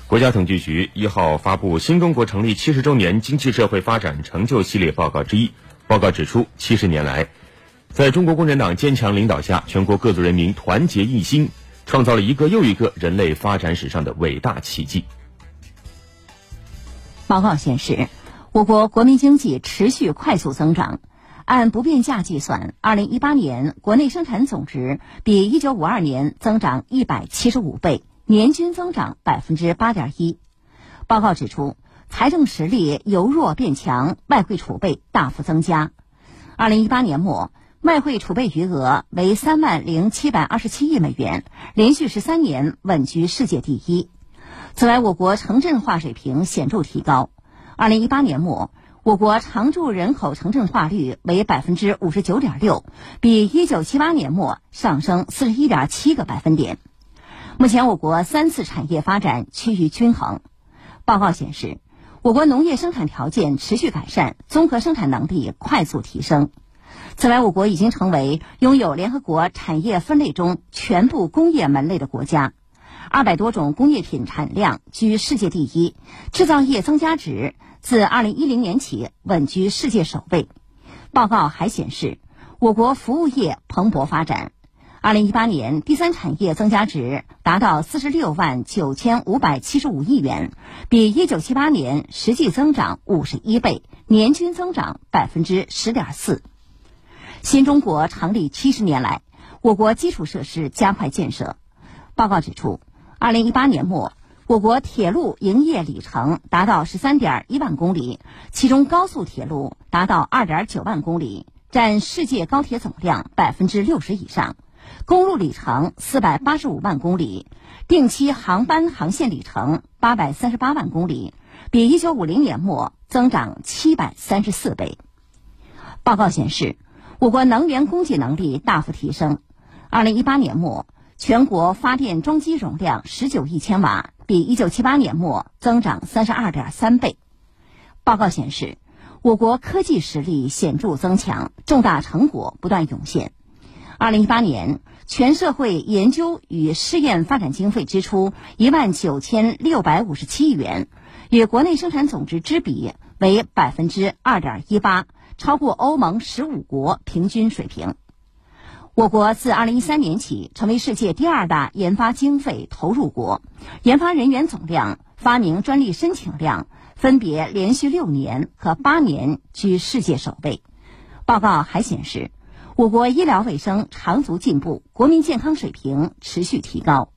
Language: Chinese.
国家统计局1号发布新中国成立70周年经济社会发展成就系列报告之一。报告指出，70年来，在中国共产党坚强领导下，全国各族人民团结一心，创造了一个又一个人类发展史上的伟大奇迹。 报告显示，我国国民经济持续快速增长，按不变价计算，2018年国内生产总值比1952年增长175倍，年均增长8.1%。报告指出，财政实力由弱变强，外汇储备大幅增加。2018年末，外汇储备余额为30727亿美元，连续13年稳居世界第一。此外，我国城镇化水平显著提高。2018年末，我国常住人口城镇化率为59.6%，比1978年末上升41.7个百分点。目前，我国3次产业发展趋于均衡。报告显示，我国农业生产条件持续改善，综合生产能力快速提升。此外，我国已经成为拥有联合国产业分类中全部工业门类的国家，200多种工业品产量居世界第一，制造业增加值自2010年起稳居世界首位。报告还显示，我国服务业蓬勃发展。2018年第三产业增加值达到46万9575亿元，比1978年实际增长51倍，年均增长10.4%。新中国成立70年来，我国基础设施加快建设。报告指出，2018年末，我国铁路营业里程达到13.1万公里，其中高速铁路达到2.9万公里，占世界高铁总量60%以上。公路里程485万公里，定期航班航线里程838万公里，比1950年末增长734倍。报告显示，我国能源供给能力大幅提升。2018年末，全国发电装机容量19亿千瓦，比1978年末增长32.3倍。报告显示，我国科技实力显著增强，重大成果不断涌现。2018年，全社会研究与试验发展经费支出19657亿元，与国内生产总值之比为2.18%，超过欧盟15国平均水平。我国自2013年起成为世界第2大研发经费投入国，研发人员总量、发明专利申请量分别连续6年和8年居世界首位。报告还显示，我国医疗卫生长足进步，国民健康水平持续提高。